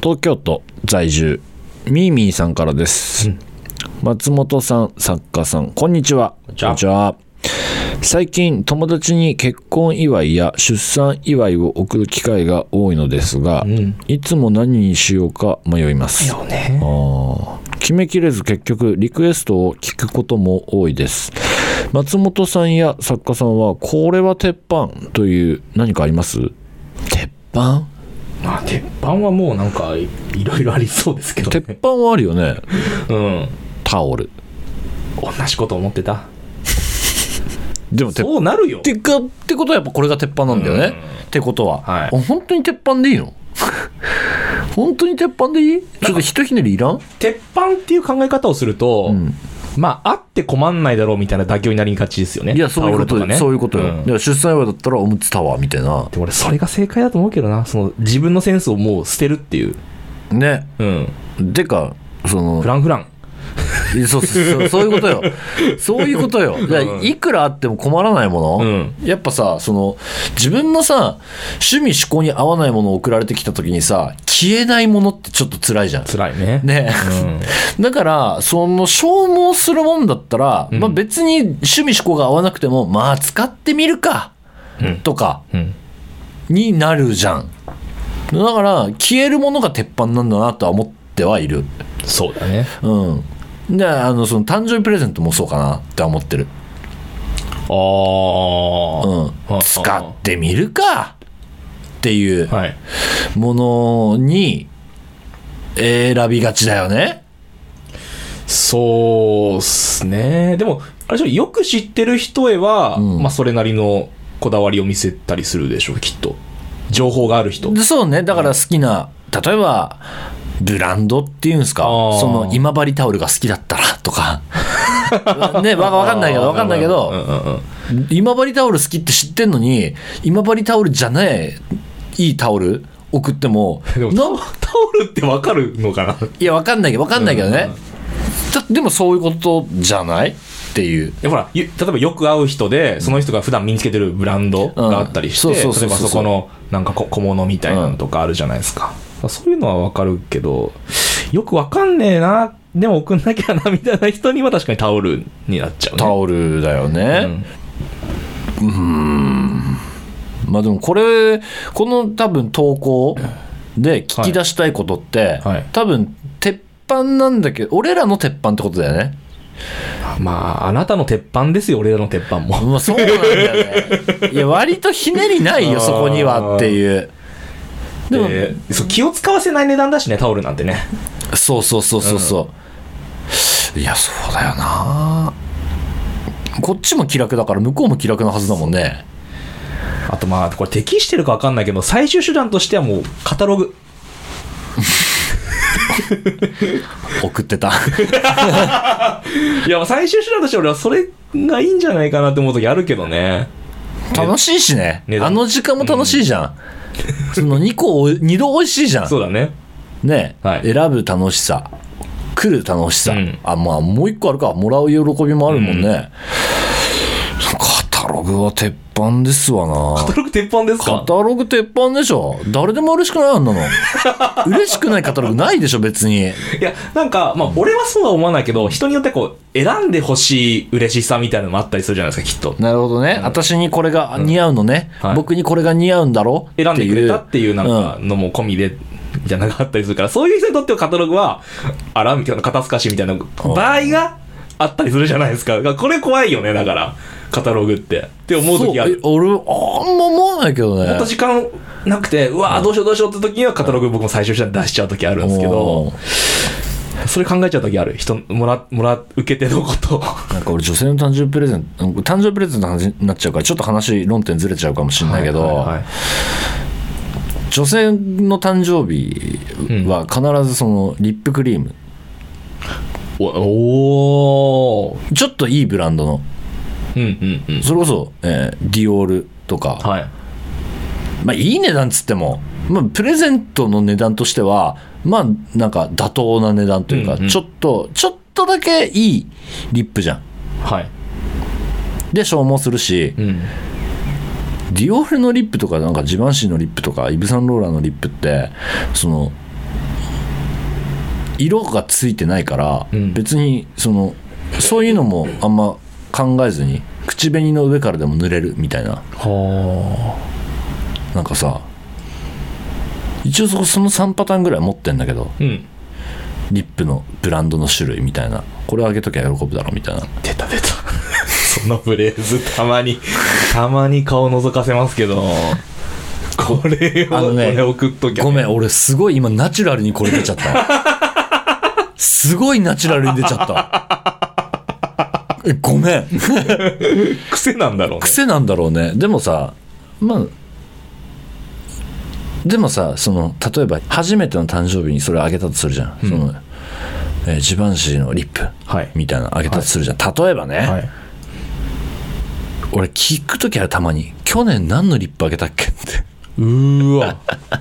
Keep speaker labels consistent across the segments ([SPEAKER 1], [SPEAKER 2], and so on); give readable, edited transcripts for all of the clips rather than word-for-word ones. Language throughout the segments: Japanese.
[SPEAKER 1] 東京都在住ミーミーさんからです、松本さん、作家さん、こんにちは。
[SPEAKER 2] こんにちは。
[SPEAKER 1] 最近友達に結婚祝いや出産祝いを送る機会が多いのですが、いつも何にしようか迷います。決めきれず結局リクエストを聞くことも多いです。松本さんや作家さんはこれは鉄板という何かあります？鉄板？
[SPEAKER 2] まあ鉄板はもうなんかいろいろありそうですけどね。
[SPEAKER 1] 鉄板はあるよね。タオル。
[SPEAKER 2] 同じこと思ってた。
[SPEAKER 1] でも
[SPEAKER 2] そうなるよ。
[SPEAKER 1] ってことはやっぱこれが鉄板なんだよね。ってことは、本当に鉄板でいいの？本当に鉄板でいい？ちょっとひとひねりいらん？
[SPEAKER 2] 鉄板っていう考え方をすると、まああって困んないだろうみたいな妥協になりがちですよね。
[SPEAKER 1] いやそういうことね。そういうことよ。だから出産祝いだったらおむつタワーみたいな。
[SPEAKER 2] でも俺それが正解だと思うけどな。その自分のセンスをもう捨てるっていう。
[SPEAKER 1] ね。でかその
[SPEAKER 2] フラン。
[SPEAKER 1] そういうことよ。そういうことよ。いくらあっても困らないもの、やっぱさ、その自分のさ趣味嗜好に合わないものを送られてきた時にさ、消えないものってちょっと辛いじゃん。
[SPEAKER 2] 辛いね。
[SPEAKER 1] だからその消耗するもんだったら、まあ別に趣味嗜好が合わなくてもまあ使ってみるか、とかになるじゃん。だから消えるものが鉄板なんだなとは思ってはいる。
[SPEAKER 2] そうだね。
[SPEAKER 1] でその誕生日プレゼントもそうかなって思ってる。使ってみるかっていうものに選びがちだよね。
[SPEAKER 2] そうっすね。でもあれでしょ、よく知ってる人へは、まあそれなりのこだわりを見せたりするでしょう、きっと。情報がある人。
[SPEAKER 1] そうね。だから好きな、例えばブランドっていうんですか、その今治タオルが好きだったらとかね、わかんないけど今治タオル好きって知ってんのに今治タオルじゃないいいタオル送っても
[SPEAKER 2] でもタオルってわかるのかな。
[SPEAKER 1] いやわかんないけどね、でもそういうことじゃないっていう。
[SPEAKER 2] ほら、例えばよく会う人でその人が普段身につけてるブランドがあったりして、例えばそこのなんか小物みたいなのとかあるじゃないですか。そういうのはわかるけど、よくわかんねえな、でも送んなきゃなみたいな人には確かにタオルになっちゃうね。
[SPEAKER 1] タオルだよね。まあでもこの多分投稿で聞き出したいことって、多分鉄板なんだけど、俺らの鉄板ってことだよね。
[SPEAKER 2] まああなたの鉄板ですよ、俺らの鉄板も。
[SPEAKER 1] まあそうなんだよね。いや割とひねりないよそこにはっていう。
[SPEAKER 2] でも気を使わせない値段だしね、タオルなんてね。
[SPEAKER 1] そう、いやそうだよな。こっちも気楽だから向こうも気楽なはずだもんね。
[SPEAKER 2] あとまあこれ適してるか分かんないけど、最終手段としてはもうカタログ
[SPEAKER 1] 送ってた。
[SPEAKER 2] いや最終手段として俺はそれがいいんじゃないかなって思う時あるけどね。
[SPEAKER 1] 楽しいしね。あの時間も楽しいじゃん。その2度美味しいじゃん。
[SPEAKER 2] そうだね。
[SPEAKER 1] ね、選ぶ楽しさ、来る楽しさ、まあもう1個あるか、もらう喜びもあるもんね。カタログは鉄板ですわな。
[SPEAKER 2] カタログ鉄板ですか？
[SPEAKER 1] カタログ鉄板でしょ。誰でも嬉しくない、あんなの。嬉しくないカタログないでしょ別に。
[SPEAKER 2] いやなんかまあ俺はそうは思わないけど、人によってこう選んでほしい嬉しさみたいなのもあったりするじゃないですか、きっと。
[SPEAKER 1] なるほどね。私にこれが似合うのね、僕にこれが似合うんだろっていう
[SPEAKER 2] 選んでくれたっていうなんかのも込みでみたいなのがあったりするから、そういう人にとってはカタログはみたいな肩透かしみたいな場合があったりするじゃないですか。これ怖いよね。だからカタログって思う時ある。
[SPEAKER 1] 俺あんま思わないけどね。
[SPEAKER 2] もっと時間なくて、うわどうしようって時にはカタログ僕も最終手段出しちゃう時あるんですけど、それ考えちゃう時ある。人受け手のこと
[SPEAKER 1] なんか俺女性の誕生日プレゼントの話になっちゃうからちょっと論点ずれちゃうかもしれないけど、女性の誕生日は必ずそのリップクリーム、ちょっといいブランドの、それこそ、ディオールとか、まあいい値段つっても、まあ、プレゼントの値段としてはまあなんか妥当な値段というか、ちょっとだけいいリップじゃん。で消耗するし、ディオールのリップとかなんかジバンシーのリップとかイヴ・サンローランのリップってその色がついてないから、
[SPEAKER 2] うん、
[SPEAKER 1] 別にそういうのもあんま考えずに口紅の上からでも塗れるみたいな。
[SPEAKER 2] は
[SPEAKER 1] あ。なんかさ、一応その3パターンぐらい持ってんだけど、
[SPEAKER 2] うん、
[SPEAKER 1] リップのブランドの種類みたいな、これあげときゃ喜ぶだろみたいな。
[SPEAKER 2] 出たそのフレーズたまに顔覗かせますけど、これを、ね、これ送っときゃ、ね、
[SPEAKER 1] ごめん、俺すごい今ナチュラルにこれ出ちゃったすごいナチュラルに出ちゃったごめん
[SPEAKER 2] 癖なんだろうね。
[SPEAKER 1] 癖なんだろうね。でもさ、まあでもさ、例えば初めての誕生日にそれあげたとするじゃん、うん、ジバンシーのリップみたいなのあげたとするじゃん、はい、例えばね、はい、俺聞くときはたまに去年何のリップあげたっけって
[SPEAKER 2] うわ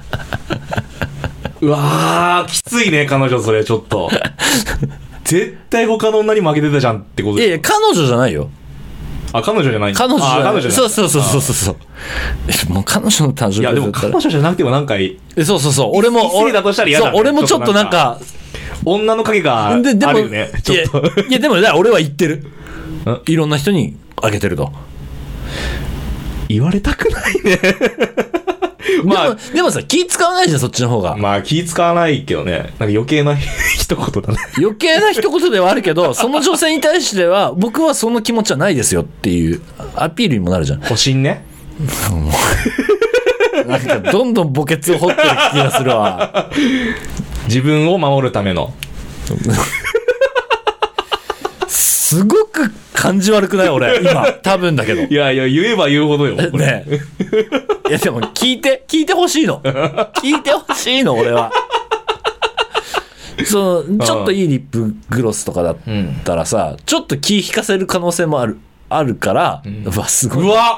[SPEAKER 2] うわーきついね彼女。それちょっと絶対他の女にもあげてたじゃんってこと。
[SPEAKER 1] いや彼女じゃないよ。
[SPEAKER 2] あ、彼女じゃない。
[SPEAKER 1] 彼女じゃない。そうもう彼女の誕生日だったら。い
[SPEAKER 2] やでも彼女じゃなくてもなんか
[SPEAKER 1] そう俺も
[SPEAKER 2] 異性だとしたら嫌だ、ね、
[SPEAKER 1] 俺もちょっとなんか
[SPEAKER 2] 女の影があるよね。ちょっと
[SPEAKER 1] いやでも俺は言ってる。いろんな人にあげてると
[SPEAKER 2] 言われたくないね
[SPEAKER 1] まあ、でもさ、気使わないじゃん、そっちの方が。
[SPEAKER 2] まあ気使わないけどね、なんか余計な一言だね。
[SPEAKER 1] 余計な一言ではあるけど、その女性に対しては僕はその気持ちはないですよっていうアピールにもなるじゃん。
[SPEAKER 2] 保身ね
[SPEAKER 1] なんかどんどん墓穴を掘ってる気がするわ
[SPEAKER 2] 自分を守るための
[SPEAKER 1] すごく感じ悪くない俺今多分だけど。
[SPEAKER 2] いや言えば言うほどよこれ
[SPEAKER 1] ね。いやでも聞いてほしいの聞いてほしいの俺は。ちょっといいリップグロスとかだったらさ、ちょっと気引かせる可能性もあるから、うわすごい。
[SPEAKER 2] うわ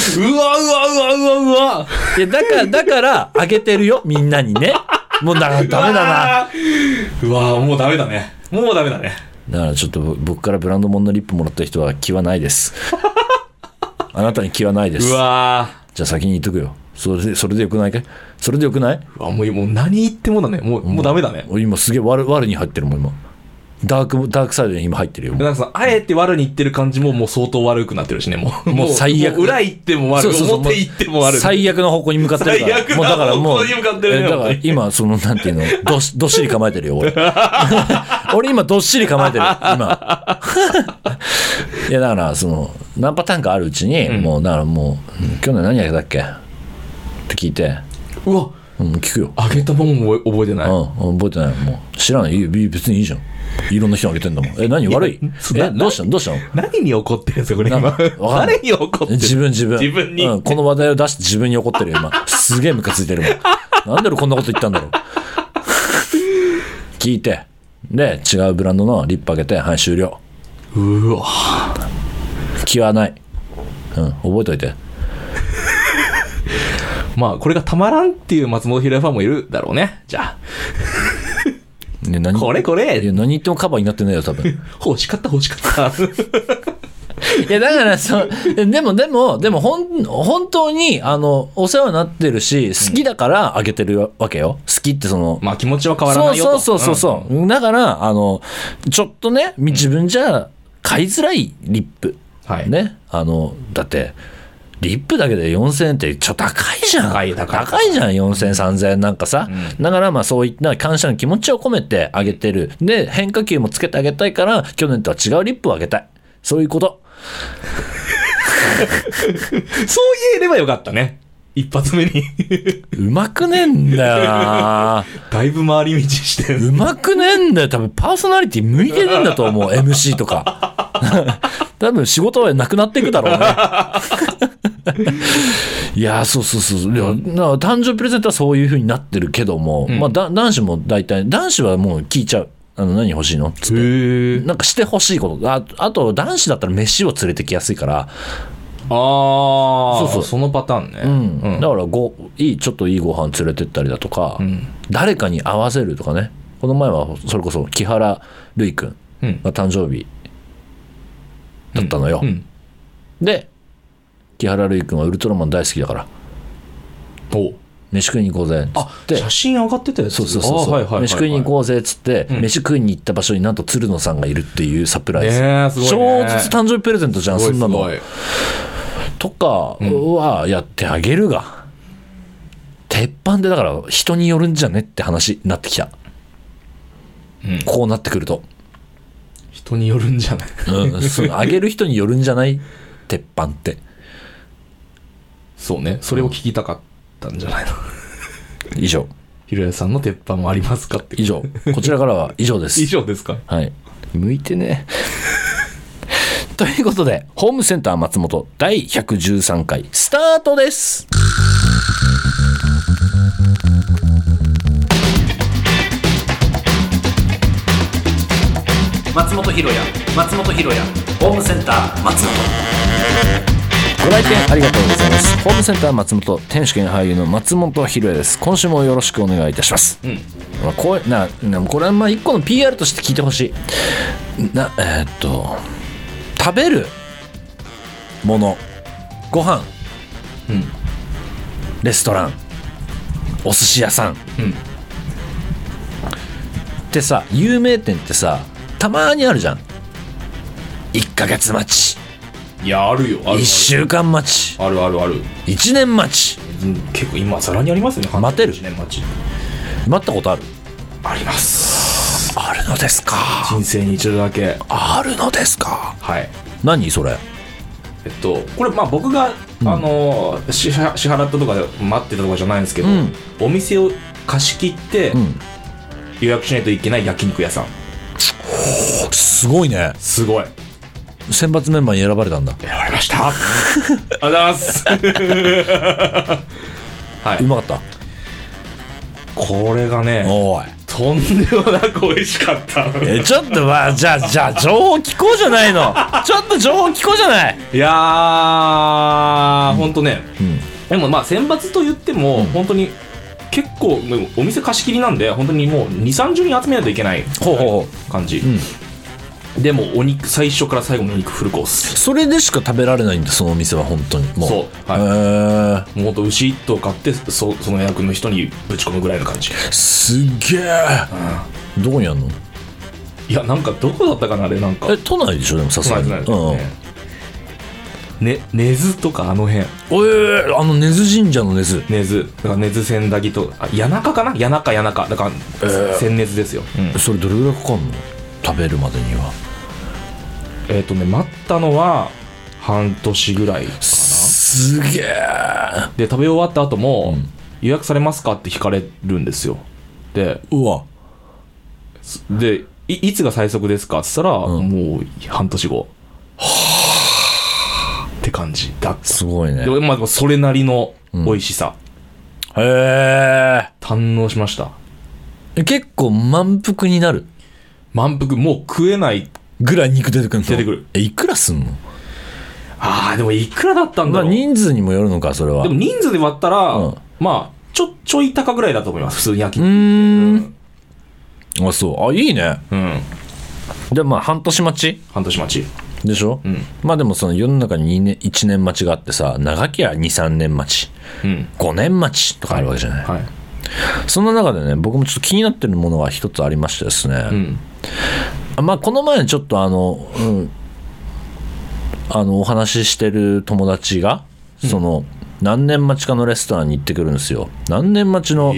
[SPEAKER 1] いやだからあげてるよみんなにね。もうダメだな。
[SPEAKER 2] うわもうダメだね。
[SPEAKER 1] だからちょっと僕からブランド物のリップもらった人は気はないですあなたに気はないです。
[SPEAKER 2] うわ
[SPEAKER 1] じゃあ先に言っとくよ。それでよくないかい。それでよくない。
[SPEAKER 2] うわもう何言ってもだね。もうダメだね。
[SPEAKER 1] 今すげえ悪に入ってるもん今。ダークサイドに今入ってるよ。
[SPEAKER 2] なんかさ、あえて悪に言ってる感じももう相当悪くなってるしね。も
[SPEAKER 1] う最悪。
[SPEAKER 2] 裏行っても悪い。表行っても悪い。
[SPEAKER 1] 最悪の方向に向かってるから。
[SPEAKER 2] 最悪の方向に向かってるね。
[SPEAKER 1] だから今なんていうのどっしり構えてるよ俺。俺今どっしり構えてる今。いやだから何パターンかあるうちに、もうだからもう去年何あげたっけって聞いて。
[SPEAKER 2] うわ。
[SPEAKER 1] 聞くよ。
[SPEAKER 2] あげたもんも覚えてない。
[SPEAKER 1] 覚えてない。もう知らない。別にいいじゃん。いろんな人あげてんだもん。何悪い？どうしたの？
[SPEAKER 2] 何に怒ってるんですかこれ今。誰に怒ってる？
[SPEAKER 1] 自分
[SPEAKER 2] に、
[SPEAKER 1] この話題を出して自分に怒ってるよ今。すげえムカついてるもん。なんで俺こんなこと言ったんだろう。聞いて、で違うブランドのリップあげて、はい終了。
[SPEAKER 2] うわ。
[SPEAKER 1] 気はない。覚えといて。
[SPEAKER 2] まあこれがたまらんっていう松本ひろやファンもいるだろうね。じゃあ。
[SPEAKER 1] ね、
[SPEAKER 2] これ
[SPEAKER 1] いや何言ってもカバーになってないよ多分。
[SPEAKER 2] 欲しかった
[SPEAKER 1] いやだからでも本当にお世話になってるし好きだからあげてるわけよ。好きって
[SPEAKER 2] まあ気持ちは変わらないよと。
[SPEAKER 1] そう、だからちょっとね自分じゃ買いづらいリップ、はい、ねだってリップだけで4000円ってちょっと高いじゃん。高いじゃん4000円3000円なんかさ、だからまあそういった感謝の気持ちを込めてあげてる。で変化球もつけてあげたいから去年とは違うリップをあげたい。そういうこと
[SPEAKER 2] そう言えればよかったね一発目に
[SPEAKER 1] うまくねえんだよな
[SPEAKER 2] だいぶ回り道してる。
[SPEAKER 1] うまくねえんだよ。多分パーソナリティ向いてねえんだと思うMC とか多分仕事はなくなっていくだろうねいやそういや誕生日プレゼントはそういう風になってるけども、まあ、男子も大体男子はもう聞いちゃう。何欲しいのっつってなんかして欲しいこと。あと男子だったら飯を連れてきやすいから。
[SPEAKER 2] そのパターンね、
[SPEAKER 1] だからちょっといいご飯連れてったりだとか、誰かに合わせるとかね。この前はそれこそ木原瑠衣くんが誕生日だったのよ、で木原瑠衣くんはウルトラマン大好きだから飯食いに行こうぜっつって
[SPEAKER 2] 写真上がってたやつ。
[SPEAKER 1] そう、飯食いに行こうぜっつって、飯食いに行った場所になんと鶴野さんがいるっていうサプライズ、
[SPEAKER 2] すごいね。
[SPEAKER 1] 超絶誕生日プレゼントじゃん、そんなのとかはやってあげるが、鉄板でだから人によるんじゃねって話になってきた、こうなってくると
[SPEAKER 2] 人によるんじゃない
[SPEAKER 1] あげる人によるんじゃない、鉄板って。
[SPEAKER 2] そうね、それを聞きたかったんじゃないの
[SPEAKER 1] 以上、
[SPEAKER 2] ひろやさんの鉄板もありますかって。
[SPEAKER 1] 以上、こちらからは以上です
[SPEAKER 2] 以上ですか。
[SPEAKER 1] はい、向いてねということで、ホームセンター松本第113回スタートです。松本ひろやホームセンター松本。ご来店ありがとうございます。ホームセンター松本店主兼俳優の松本ひろやです。今週もよろしくお願いいたします。これはまあ一個の PR として聞いてほしい食べるもの、ご飯、レストラン、お寿司屋さん、ってさ、有名店ってさたまにあるじゃん。1ヶ月待ち、
[SPEAKER 2] いや、あるよ、ある、
[SPEAKER 1] 1週間待ち、
[SPEAKER 2] ある
[SPEAKER 1] 1年待ち、
[SPEAKER 2] 結構今さらにありますね。
[SPEAKER 1] 待てる、
[SPEAKER 2] 1年待ち
[SPEAKER 1] 待ったことある？
[SPEAKER 2] あります。
[SPEAKER 1] あるのですか？
[SPEAKER 2] 人生に一度だけ
[SPEAKER 1] あるのですか？
[SPEAKER 2] はい。
[SPEAKER 1] 何それ？
[SPEAKER 2] これまあ僕が、支払ったとかで待ってたとかじゃないんですけど、お店を貸し切って、予約しないといけない焼肉屋さん。
[SPEAKER 1] すごいね。
[SPEAKER 2] すごい。
[SPEAKER 1] 選抜メンバーに選ばれたんだ。
[SPEAKER 2] 選ばれました。ありがとうございます。はい。
[SPEAKER 1] うまかった。
[SPEAKER 2] これがね、
[SPEAKER 1] おい、
[SPEAKER 2] とんでもなく美味しかった。
[SPEAKER 1] ちょっとまあじゃあ情報聞こうじゃないの。ちょっと情報聞こうじゃない。
[SPEAKER 2] いやー、ほんとね、でもまあ選抜と言っても、本当に結構お店貸し切りなんで、本当にもう 2,30 人集めないといけない感じ。でもお肉、最初から最後のお肉フルコース。
[SPEAKER 1] それでしか食べられないんだ、そのお店は。本当にもう。
[SPEAKER 2] そう、はい。もうほんと牛1頭買ってその役の人にぶち込むぐらいの感じ。
[SPEAKER 1] すげえ、どこにあんの？
[SPEAKER 2] いや、なんかどこだったかな、あれ。なんか
[SPEAKER 1] 都内でしょ？でもさすがに
[SPEAKER 2] 根津とかあの辺。
[SPEAKER 1] あの根津神社の根津。
[SPEAKER 2] だから根津千駄木と谷中かな、谷中だから千根津ですよ。
[SPEAKER 1] それどれぐらいかかんの？食べるまでには。
[SPEAKER 2] 待ったのは半年ぐらいかな。
[SPEAKER 1] すげえ。
[SPEAKER 2] で食べ終わった後も、予約されますかって聞かれるんですよ。で、で いつが最速ですかって言ったら、もう半年後って感じだった。
[SPEAKER 1] すごいね。
[SPEAKER 2] でもまあそれなりの美味しさ、
[SPEAKER 1] へえ、
[SPEAKER 2] 堪能しました。
[SPEAKER 1] 結構満腹になる。
[SPEAKER 2] 満腹、もう食えない
[SPEAKER 1] ぐらい肉出てくるの？
[SPEAKER 2] 出てくる。
[SPEAKER 1] いくらすんの？
[SPEAKER 2] でもいくらだったんだろう。
[SPEAKER 1] 人数にもよるのか、それは。
[SPEAKER 2] でも人数で割ったら、まあちょい高ぐらいだと思います、普通に焼き肉。
[SPEAKER 1] あ、そう。いいね。でまあ半年待ちでしょ。まあでもその世の中に1年待ちがあってさ、長きゃ 2,3 年待ち、5年待ちとかあるわけじゃない。その中でね、僕もちょっと気になってるものが一つありましてですね、まあこの前ちょっとお話ししてる友達が、その何年待ちかのレストランに行ってくるんですよ。何年待ちの、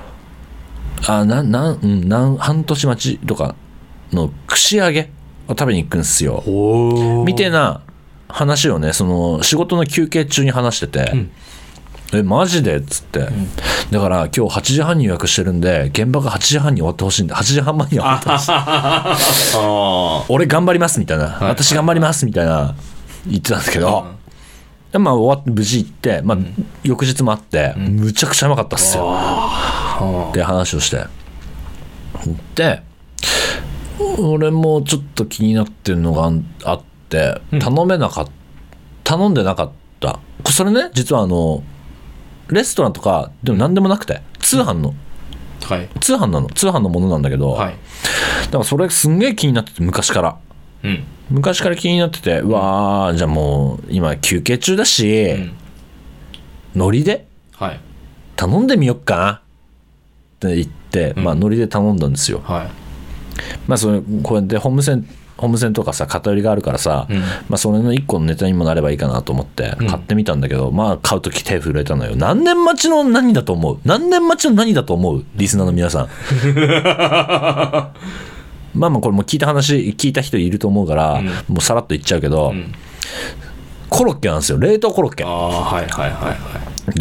[SPEAKER 1] 半年待ちとかの串揚げを食べに行くんですよ。みたいな話をね、その仕事の休憩中に話してて、マジでっつって、だから今日8時半に予約してるんで、現場が8時半に終わってほしいんで、8時半前に終わってほしい。俺頑張りますみたいな、私頑張りますみたいな言ってたんですけど、まあ終わって無事行って、まあ翌日もあって、むちゃくちゃうまかったっすよって話をして、で俺もちょっと気になってるのがあって、頼んでなかった。それね、実はレストランとかでも何でもなくて、通販のものなんだけど、だからそれすんげえ気になってて、昔から気になってて、うわー、じゃあもう今休憩中だし、ノリで頼んでみよっかなって言って、まあノリで頼んだんですよ。
[SPEAKER 2] はい。
[SPEAKER 1] まあこうやってホームセンとかさ偏りがあるからさ、まあそれの1個のネタにもなればいいかなと思って買ってみたんだけど、まあ買うとき手震えたのよ。何年待ちの何だと思うリスナーの皆さん。まあこれも聞いた人いると思うから、もうさらっと言っちゃうけど、コロッケなんですよ。冷凍コロッケ。
[SPEAKER 2] はいはいはいはい。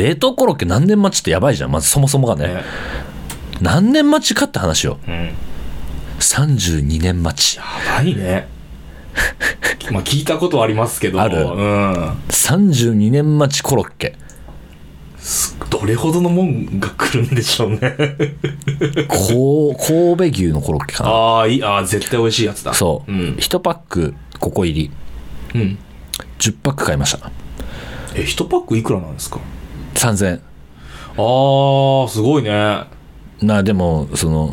[SPEAKER 1] 冷凍コロッケ何年待ちってやばいじゃん。まずそもそもがね。何年待ちかって話よ。32年待ち。
[SPEAKER 2] やばいね。まあ聞いたことありますけど。
[SPEAKER 1] ある。32年待ちコロッケ。
[SPEAKER 2] どれほどのもんが来るんでしょうね。
[SPEAKER 1] 神戸牛のコロッケかな。
[SPEAKER 2] 絶対美味しいやつだ。
[SPEAKER 1] そう。1パック5個入り。10パック買いました。
[SPEAKER 2] 1パックいくらなんですか
[SPEAKER 1] ？3000円。
[SPEAKER 2] すごいね。
[SPEAKER 1] でも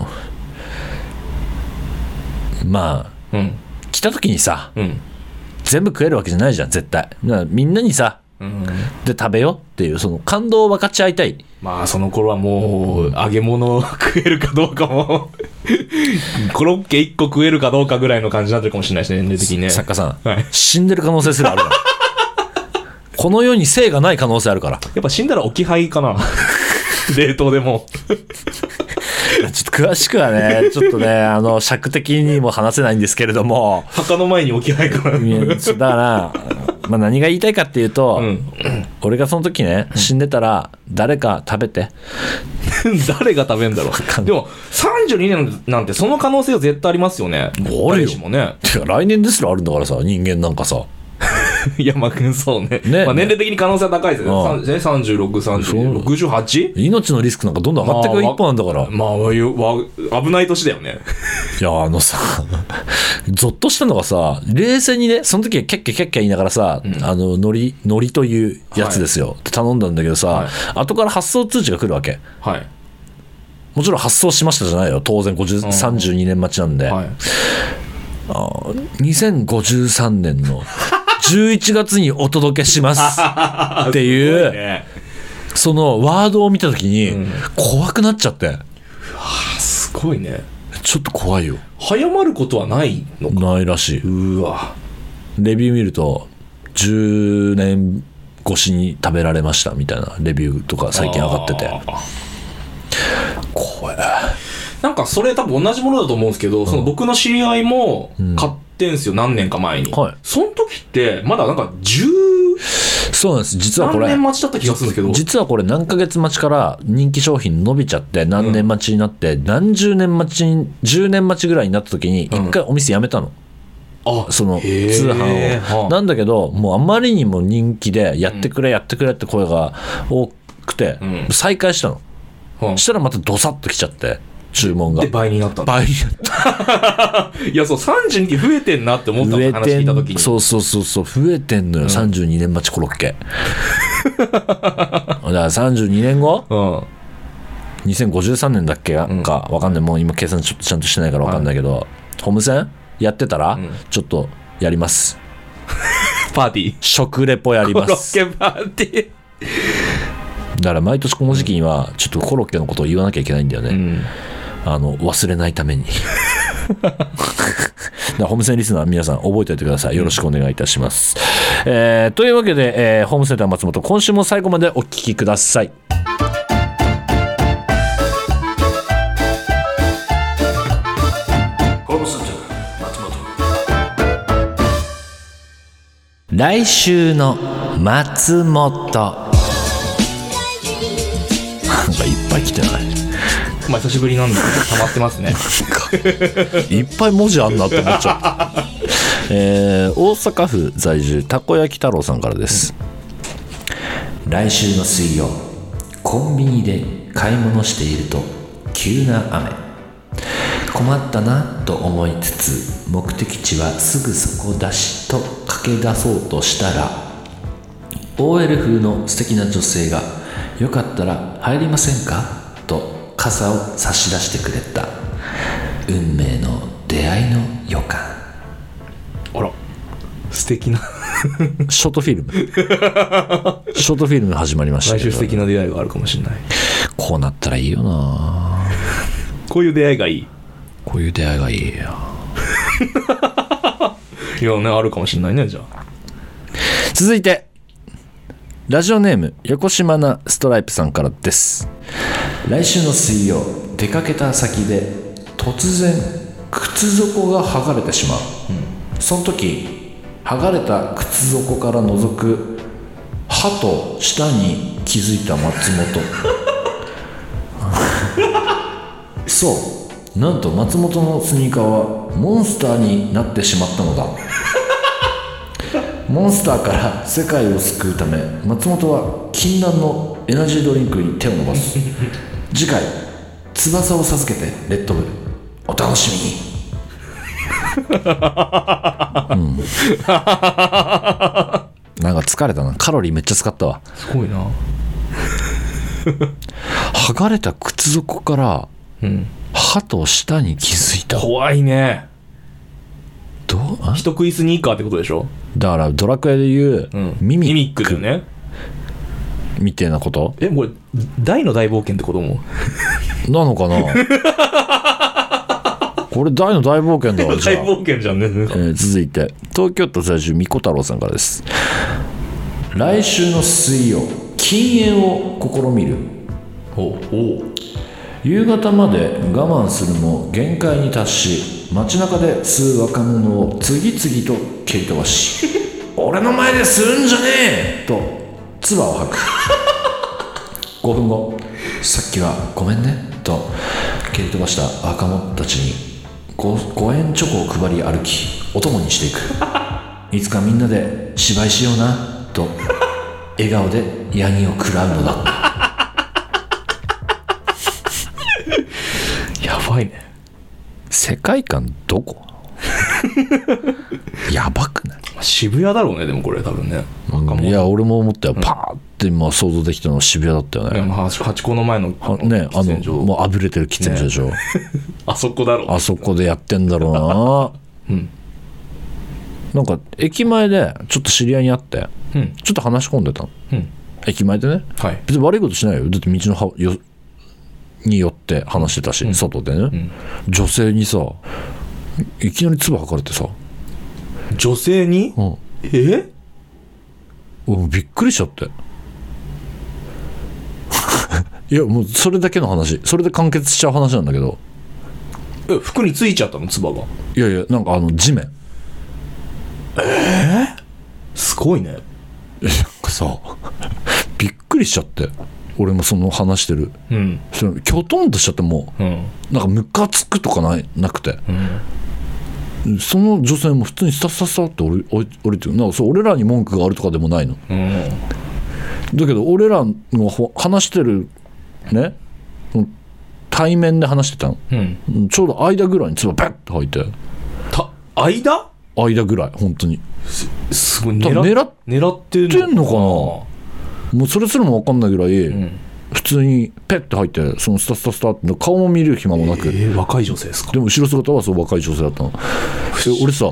[SPEAKER 1] まあ、来た時にさ、全部食えるわけじゃないじゃん絶対。みんなにさ、で食べよっていうその感動を分かち合いたい。
[SPEAKER 2] まあその頃はもう揚げ物を食えるかどうかもコロッケ1個食えるかどうかぐらいの感じになってるかもしれないですね、年齢的にね。
[SPEAKER 1] 作家さん、死んでる可能性すらあるからこの世に生がない可能性あるから。
[SPEAKER 2] やっぱ死んだら置き配かな冷凍でも
[SPEAKER 1] ちょっと詳しくはね、ちょっとね、尺的にも話せないんですけれども、
[SPEAKER 2] 墓の前に置き配かな。
[SPEAKER 1] だから、まあ、何が言いたいかっていうと、俺がその時ね、死んでたら誰か食べて
[SPEAKER 2] 誰が食べんだろう。でも32年なんてその可能性は絶対ありますよね。
[SPEAKER 1] あるよ。
[SPEAKER 2] もね。
[SPEAKER 1] 来年ですらあるんだからさ、人間なんかさ。
[SPEAKER 2] いや、まあ、そうね。まあ、年齢的に可能性は高いですよね。36、30、68?
[SPEAKER 1] 命のリスクなんかどんどん上がってくる一方なんだから。
[SPEAKER 2] まあ、危ない年だよね。
[SPEAKER 1] いや、ゾッとしたのがさ、冷静にね、その時はキャッキャキャッキャ言いながらさ、海苔というやつですよ。頼んだんだけどさ、後から発送通知が来るわけ。
[SPEAKER 2] はい。
[SPEAKER 1] もちろん発送しましたじゃないよ。当然32年待ちなんで。2053年の11月にお届けしますっていうね、そのワードを見た時に怖くなっちゃって、
[SPEAKER 2] すごいね。
[SPEAKER 1] ちょっと怖いよ。
[SPEAKER 2] 早まることはないのか。
[SPEAKER 1] ないらしい。
[SPEAKER 2] うわ。
[SPEAKER 1] レビュー見ると10年越しに食べられましたみたいなレビューとか最近上がってて、怖い。
[SPEAKER 2] なんかそれ多分同じものだと思うんですけど、その僕の知り合いも買ってんすよ、何年か前に。その時ってまだなんか
[SPEAKER 1] そうなんです。実はこれ
[SPEAKER 2] 何年待ちだった気がするんですけど、
[SPEAKER 1] 実はこれ何ヶ月待ちから人気商品伸びちゃって何年待ちになって、何十年待ち10年待ちぐらいになった時に一回お店辞めたの。その通販を。なんだけどもうあまりにも人気でやってくれやってくれって声が多くて再開したの。そしたらまたドサッと来ちゃって。注文が
[SPEAKER 2] で倍になったんだ。
[SPEAKER 1] 倍になった
[SPEAKER 2] いや、そう32期増えてんなって思ったの、話聞いた時に。
[SPEAKER 1] そう増えてんのよ、32年待ちコロッケだから32年後、2053年だっけか分かんない。もう今計算ちゃんとしてないから分かんないけど、ホームセンやってたらちょっとやります
[SPEAKER 2] パーティー
[SPEAKER 1] 食レポやります。
[SPEAKER 2] コロッケパーティー
[SPEAKER 1] だから毎年この時期にはちょっとコロッケのことを言わなきゃいけないんだよね、忘れないためにだからホームセンリスナー皆さん覚えておいてください。よろしくお願いいたします、というわけで、ホームセンター松本、今週も最後までお聞きください。ホームセンター松本、来週の松本なんかいっぱい来てない？
[SPEAKER 2] まあ久しぶりなんで溜まってますね
[SPEAKER 1] いっぱい文字あんなって思っちゃった大阪府在住たこ焼き太郎さんからです、来週の水曜、コンビニで買い物していると急な雨、困ったなと思いつつ目的地はすぐそこだしと駆け出そうとしたら OL 風の素敵な女性がよかったら入りませんかと傘を差し出してくれた。運命の出会いの予感。
[SPEAKER 2] あら、素敵な
[SPEAKER 1] ショートフィルムショートフィルム始まりました。
[SPEAKER 2] 来週素敵な出会いがあるかもしれない。
[SPEAKER 1] こうなったらいいよな。
[SPEAKER 2] こういう出会いがいい。
[SPEAKER 1] こういう出会いがいいよ。
[SPEAKER 2] いやね、あるかもしれないね。じゃあ
[SPEAKER 1] 続いてラジオネーム横島なストライプさんからです。来週の水曜、出かけた先で突然靴底が剥がれてしまう、その時剥がれた靴底から覗く歯と舌に気づいた松本そうなんと松本のスニーカーはモンスターになってしまったのだ。モンスターから世界を救うため松本は禁断のエナジードリンクに手を伸ばす。次回翼を授けてレッドブル、お楽しみに。なんか疲れたな。カロリーめっちゃ使ったわ。
[SPEAKER 2] すごいな。
[SPEAKER 1] 剥がれた靴底から、歯と舌に気づいた。
[SPEAKER 2] 怖いね。人食いスニーカーってことでしょ。
[SPEAKER 1] だからドラクエでいう、ミミック
[SPEAKER 2] だよね
[SPEAKER 1] みたいなこと。
[SPEAKER 2] これ大の大冒険ってことも
[SPEAKER 1] なのかな。これ大の大冒険だわ。
[SPEAKER 2] 大冒険じゃんね。
[SPEAKER 1] 続いて東京都在住みこ太郎さんからです。来週の水曜、禁煙を試みる。夕方まで我慢するも限界に達し、街中で吸う若者を次々と蹴り飛ばし俺の前で吸うんじゃねえと唾を吐く。5分後、さっきはごめんねと蹴り飛ばした若者たちに 5円チョコを配り歩きお供にしていく。いつかみんなで芝居しようなと笑顔でヤニを食らうのだ。
[SPEAKER 2] やばいね。
[SPEAKER 1] 世界観どこ。やばくない。
[SPEAKER 2] 渋谷だろうね。でもこれ多分ね。
[SPEAKER 1] いや俺も思ったよ。パーって今想像できたのは渋谷だったよね。
[SPEAKER 2] ハチ公の前の
[SPEAKER 1] ね、もうあぶれてる喫煙所でしょ、
[SPEAKER 2] あそこだろう。
[SPEAKER 1] あそこでやってんだろうな。なんか駅前でちょっと知り合いに会って、ちょっと話し込んでたの、駅前でね、別に悪いことしないよ。だって道のに寄って話してたし、外でね、女性にさいきなり唾吐かれてさ。
[SPEAKER 2] 女性に？
[SPEAKER 1] びっくりしちゃっていやもうそれだけの話、それで完結しちゃう話なんだけど。
[SPEAKER 2] 服についちゃったの唾が。
[SPEAKER 1] いやいや、なんか地面。
[SPEAKER 2] すごいね。
[SPEAKER 1] なんかさびっくりしちゃって、俺もその話してる、そのきょとんとしちゃって、もう、なんかムカつくとかなくて、その女性も普通にスタッサッサって降りてる。なんかそう俺らに文句があるとかでもないの、だけど俺らの話してるね、対面で話してたの、ちょうど間ぐらいに唾バッと吐いて。間ぐらい、本当に
[SPEAKER 2] すごい。
[SPEAKER 1] 狙
[SPEAKER 2] って
[SPEAKER 1] んのかな。もうそれすらも分かんないぐらい、普通にペッて入って、そのスタスタスタって顔も見る暇もなく、
[SPEAKER 2] 若い女性ですか。
[SPEAKER 1] でも後ろ姿はそう若い女性だったの。俺さ、も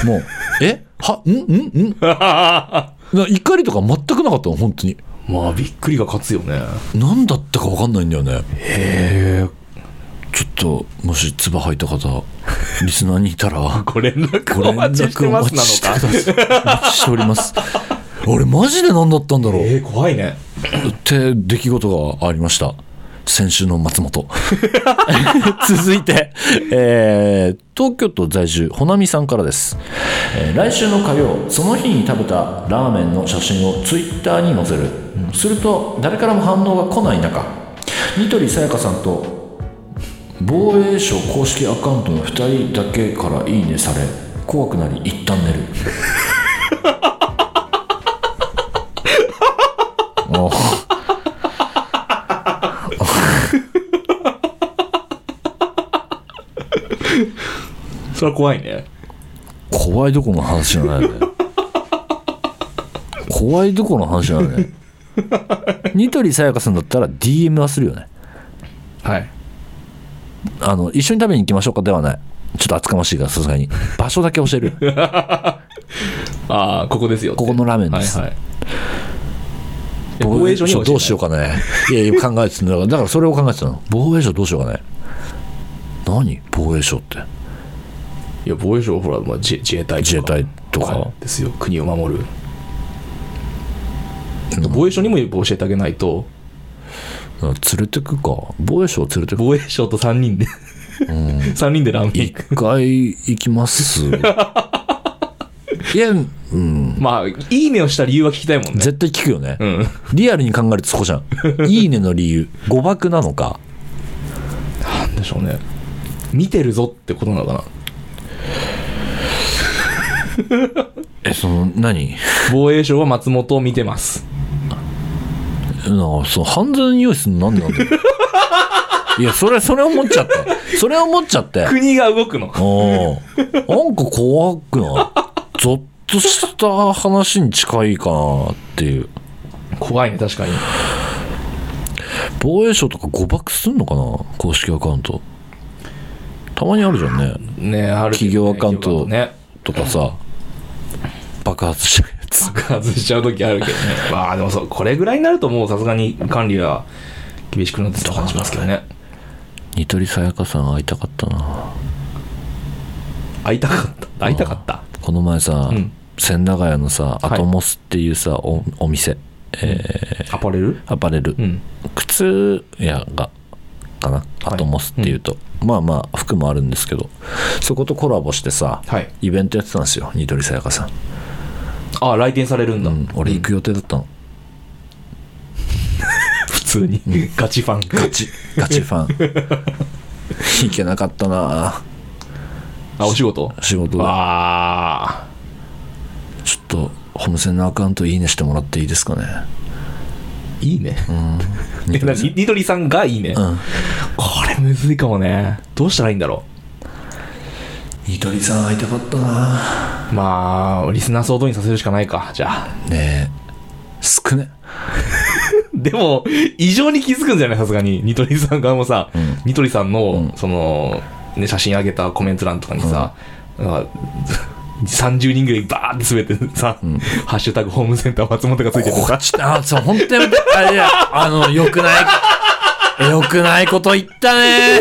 [SPEAKER 1] う怒りとか全くなかったの、本当に。
[SPEAKER 2] まあびっくりが勝つよね。
[SPEAKER 1] 何だったか分かんないんだよね。ちょっともし唾吐いた方リスナーにいたら
[SPEAKER 2] ご連絡お待ちしてますなのか。
[SPEAKER 1] お待ちしております。俺マジで何だったんだろう。
[SPEAKER 2] 怖いね
[SPEAKER 1] って出来事がありました、先週の松本。続いて、東京都在住ほなみさんからです。来週の火曜、その日に食べたラーメンの写真をツイッターに載せる、すると誰からも反応が来ない中、ニトリさやかさんと防衛省公式アカウントの2人だけからいいねされ、怖くなり一旦寝る。
[SPEAKER 2] それは怖いね。
[SPEAKER 1] 怖いどころの話じゃないよね。怖いどころの話じゃないね。ニトリさやかさんだったら DM はするよね。
[SPEAKER 2] はい。
[SPEAKER 1] 一緒に食べに行きましょうかではない。ちょっと厚かましいからさすがに場所だけ教える。
[SPEAKER 2] ああここですよって、
[SPEAKER 1] ここのラーメンです、
[SPEAKER 2] はいはい、
[SPEAKER 1] 防衛省どうしようかね。いや考えてたんだからそれを考えてたの。防衛省どうしようかね。何防衛省って。
[SPEAKER 2] いや防衛省はほら、まあ、自衛隊とかですよ、国を守る、防衛省にも教えてあげないと。
[SPEAKER 1] 連れてくか、防衛省連れてく。
[SPEAKER 2] 防衛省と3人で3人でラーメン行く。
[SPEAKER 1] 一回行きますいや、
[SPEAKER 2] まあいいねをした理由は聞きたいもんね。
[SPEAKER 1] 絶対聞くよね、リアルに考えるとそこじゃんいいねの理由、誤爆なのか
[SPEAKER 2] なんでしょうね。見てるぞってことなのかな
[SPEAKER 1] 何、
[SPEAKER 2] 防衛省は松本を見てます。
[SPEAKER 1] 犯罪の匂いするのなんでなんだよいやそれ思っちゃって
[SPEAKER 2] 国が動くの
[SPEAKER 1] なんか怖くないゾッとした話に近いかなっていう。
[SPEAKER 2] 怖いね確かに。
[SPEAKER 1] 防衛省とか誤爆すんのかな、公式アカウント。たまにあるじゃんね。
[SPEAKER 2] ね、ある、
[SPEAKER 1] 企業アカウントとかさ、爆発しちゃうやつ。
[SPEAKER 2] 爆発しちゃう時あるけどね。まあでもこれぐらいになるともうさすがに管理は厳しくなってた感じしますけどね。
[SPEAKER 1] ニトリさやかさん会いたかったな。
[SPEAKER 2] 会いたかった。
[SPEAKER 1] この前さ、千駄ヶ谷のさ、アトモスっていうさ、お店、
[SPEAKER 2] アパレル、
[SPEAKER 1] 靴屋がかな、アトモスっていうと、まあまあ服もあるんですけど、そことコラボしてさ、イベントやってたんですよ、ニトリさやかさん。
[SPEAKER 2] ああ来店されるんだ、
[SPEAKER 1] 俺行く予定だったの、
[SPEAKER 2] 普通に、ガチファン
[SPEAKER 1] ガチファン行けなかったな
[SPEAKER 2] あ。お仕事
[SPEAKER 1] で
[SPEAKER 2] あ
[SPEAKER 1] ちょっとホームセンのアカウントいいねしてもらっていいですかね。
[SPEAKER 2] いいね、ニトリさんがいいね、これむずいかもね。どうしたらいいんだろ
[SPEAKER 1] う。ニトリさん会いたかったな。
[SPEAKER 2] まあリスナー総動員させるしかないか。じゃあ
[SPEAKER 1] ねえ少ね
[SPEAKER 2] でも異常に気づくんじゃない、さすがにニトリさん側もさ、ニトリさんの、そのね、写真上げたコメント欄とかにさ、30人ぐらいバーって全てさ、ハッシュタグホームセンター松本がついててさ、
[SPEAKER 1] そう本当によくないこと言ったね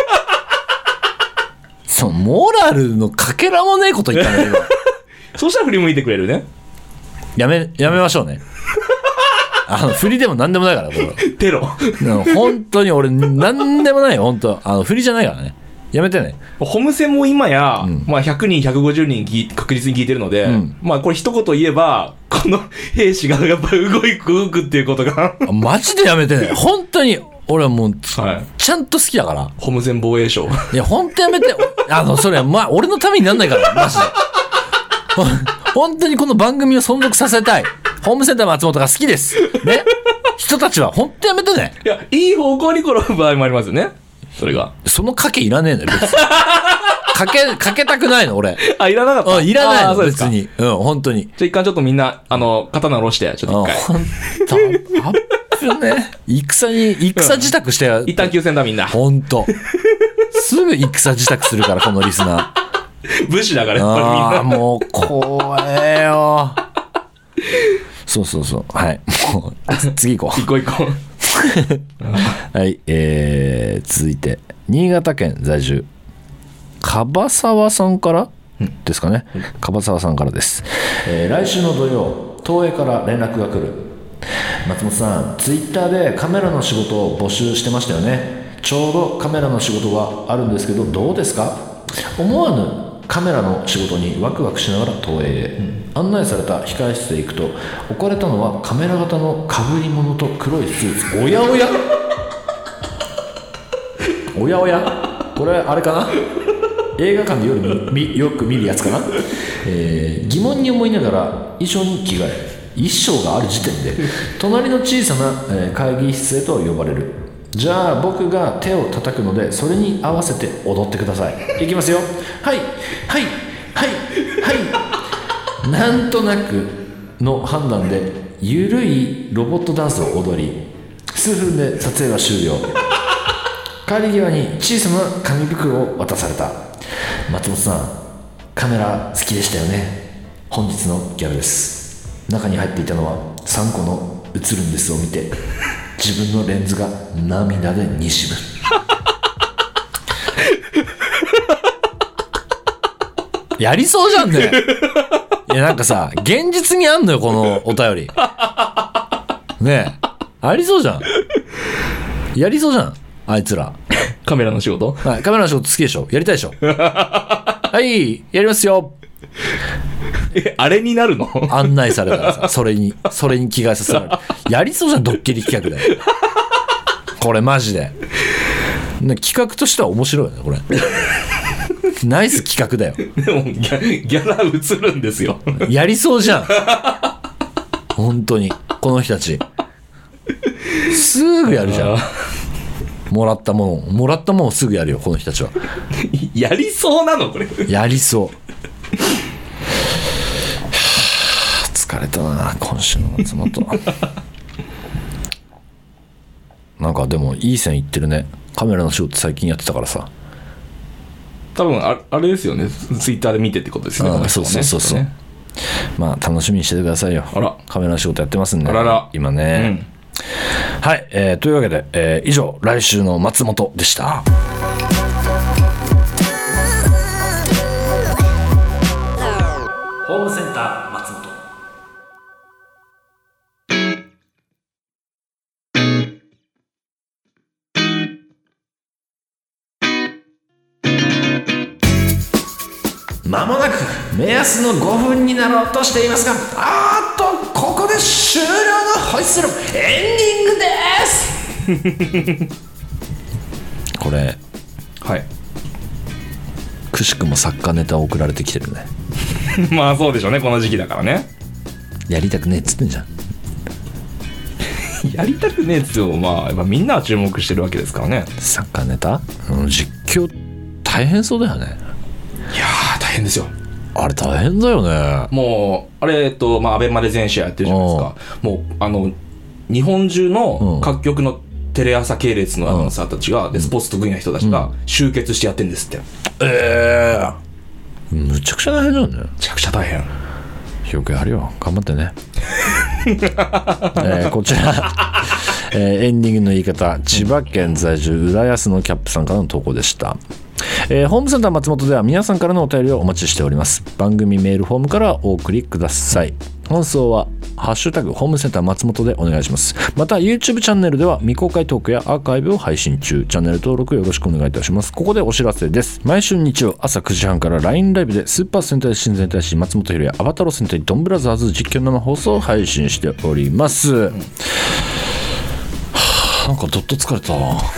[SPEAKER 1] そうモラルのかけらもねえこと言ったね今
[SPEAKER 2] そうしたら振り向いてくれるね。
[SPEAKER 1] やめましょうね振りでも何でもないからこれ
[SPEAKER 2] テロ
[SPEAKER 1] 本当に俺何でもないよ本当振りじゃないからね。やめてね。
[SPEAKER 2] ホームセンも今や、まあ、100人150人確実に聞いてるので、まあこれ一言言えばこの兵士がやっぱり動くっていうことが
[SPEAKER 1] マジでやめてね本当に。俺はもう、ちゃんと好きだから
[SPEAKER 2] ホームセン防衛省。
[SPEAKER 1] いや本当やめてそれまあ俺のためになんないからマジで本当にこの番組を存続させたい。ホームセンター松本が好きですね人たちは本当やめてね。
[SPEAKER 2] いやいい方向に転ぶ場合もありますよね。それがそ
[SPEAKER 1] の賭けいらねえのよ別にかけたくないの俺。
[SPEAKER 2] いらなかった。
[SPEAKER 1] いらないの別に。本当に。
[SPEAKER 2] じゃあ一回ちょっとみんな刀下ろしてちょっと一回。
[SPEAKER 1] 本当あっぶね。戦自宅して。
[SPEAKER 2] 一旦休戦だみんな。
[SPEAKER 1] 本当。すぐ戦自宅するからこのリスナ
[SPEAKER 2] ー。武士だからやっぱりみんな。
[SPEAKER 1] もう怖えよ。そうはい。もう次行こう。
[SPEAKER 2] 行こう。
[SPEAKER 1] はい、続いて新潟県在住樺沢さんからですかね。樺沢さんからです。来週の土曜東映から連絡が来る。松本さんツイッターでカメラの仕事を募集してましたよね。ちょうどカメラの仕事があるんですけどどうですか。思わぬカメラの仕事にワクワクしながら東映へ、案内された控え室で行くと置かれたのはカメラ型のかぶり物と黒いスーツ。おやこれあれかな、映画館でよく見るやつかな、疑問に思いながら衣装に着替え、衣装がある時点で隣の小さな、会議室へと呼ばれる。じゃあ僕が手を叩くのでそれに合わせて踊ってください。いきますよ。はいなんとなくの判断でゆるいロボットダンスを踊り数分で撮影は終了。帰り際に小さな紙袋を渡された。松本さんカメラ好きでしたよね。 本日のギャグです。中に入っていたのは3個の映るんですを見て自分のレンズが涙でにじむ。やりそうじゃんね。いやなんかさ、現実にあんのよこのお便りねえ、ありそうじゃん。やりそうじゃんあいつら。
[SPEAKER 2] カメラの仕事、
[SPEAKER 1] はい、カメラの仕事好きでしょ、やりたいでしょ。はいやりますよ。
[SPEAKER 2] あれになるの？
[SPEAKER 1] 案内されたらさ、それに着替えさせられる。やりそうじゃん、ドッキリ企画で。これマジで、ね、企画としては面白いよねこれ。ナイス企画だよ。
[SPEAKER 2] でもギャラ映るんですよ。
[SPEAKER 1] やりそうじゃん本当にこの人たちすぐやるじゃん。もらったものをすぐやるよこの人たちは。
[SPEAKER 2] やりそうなのこれ。
[SPEAKER 1] やりそう。疲れたな今週の松本。なんかでもいい線いってるね。カメラの仕事最近やってたからさ。
[SPEAKER 2] 多分あれですよね、ツイッターで見てってことですよね。
[SPEAKER 1] そう、ね、まあ楽しみにしててくださいよ。
[SPEAKER 2] あら、
[SPEAKER 1] カメラの仕事やってますんで、
[SPEAKER 2] あらら
[SPEAKER 1] 今ね、はい、というわけで、以上来週の松本でした。ホームセンター松本。まもなく目安の5分になろうとしていますが、ここで終了のホイッスル、エンディングです。これ、
[SPEAKER 2] はい、
[SPEAKER 1] くしくも作家ネタ送られてきてるね。
[SPEAKER 2] まあそうでしょうね、この時期だからね。
[SPEAKER 1] やりたくねえっつってんじゃん。
[SPEAKER 2] やりたくねえっつっても、まあやっぱみんなは注目してるわけですからね。
[SPEAKER 1] 作家ネタ、実況大変そうだよね。
[SPEAKER 2] いやー大変ですよ。
[SPEAKER 1] あれ大変だよね。
[SPEAKER 2] もうあれまあアベマで全試合やってるじゃないですか。もう日本中の各局のテレ朝系列のアナウンサーたちが、でスポーツ得意な人たちが集結してやってるんですって。
[SPEAKER 1] むちゃくちゃ大変だよね。
[SPEAKER 2] むちゃくちゃ大変。
[SPEAKER 1] よくやるよ、頑張ってね。こちら、エンディングの言い方、千葉県在住浦安のキャップさんからの投稿でした。ホームセンター松本では皆さんからのお便りをお待ちしております。番組メールフォームからお送りください。放送はハッシュタグホームセンター松本でお願いします。また YouTube チャンネルでは未公開トークやアーカイブを配信中。チャンネル登録よろしくお願いいたします。ここでお知らせです。毎週日曜朝9時半から LINE ライブでスーパー戦隊新戦隊士松本ひろやアバタロ戦隊ドンブラザーズ実況生放送を配信しております。なんかどっと疲れた。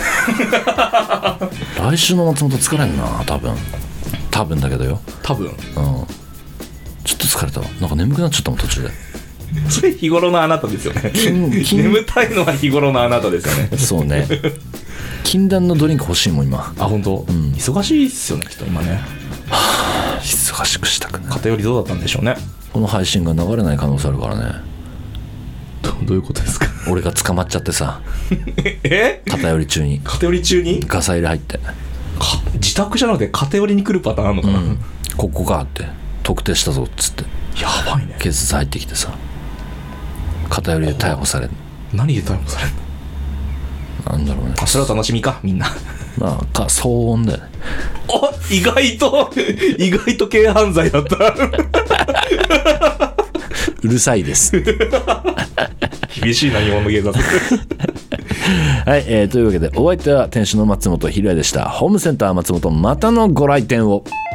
[SPEAKER 1] 来週の松本疲れんな、多分だけどよ。
[SPEAKER 2] 多分。
[SPEAKER 1] ちょっと疲れたわ。なんか眠くなっちゃったもん途中で。
[SPEAKER 2] それ日頃のあなたですよね。眠たいのは日頃のあなたですよね。
[SPEAKER 1] そうね。禁断のドリンク欲しいもん今。
[SPEAKER 2] あ、本当。忙しいっすよね、きっと今ね。
[SPEAKER 1] 忙しくしたくない。
[SPEAKER 2] 偏りどうだったんでしょうね。
[SPEAKER 1] この配信が流れない可能性あるからね。
[SPEAKER 2] どういうことですか？
[SPEAKER 1] 俺が捕まっちゃってさ。偏り中にガサ入れ入って
[SPEAKER 2] 自宅じゃなくて偏りに来るパターンあるのかな、
[SPEAKER 1] ここかって特定したぞっつって
[SPEAKER 2] やばいね。
[SPEAKER 1] 警察入ってきてさ、偏りで逮捕される。
[SPEAKER 2] 何で逮捕されるの？なんだろうね。それは楽しみかみんな。
[SPEAKER 1] まあ騒音だよね。
[SPEAKER 2] 意外と軽犯罪だった。
[SPEAKER 1] うるさいです。
[SPEAKER 2] 厳しいな日本の警察。
[SPEAKER 1] はい、というわけでお相手は店主の松本ひろやでした。ホームセンター松本、またのご来店を。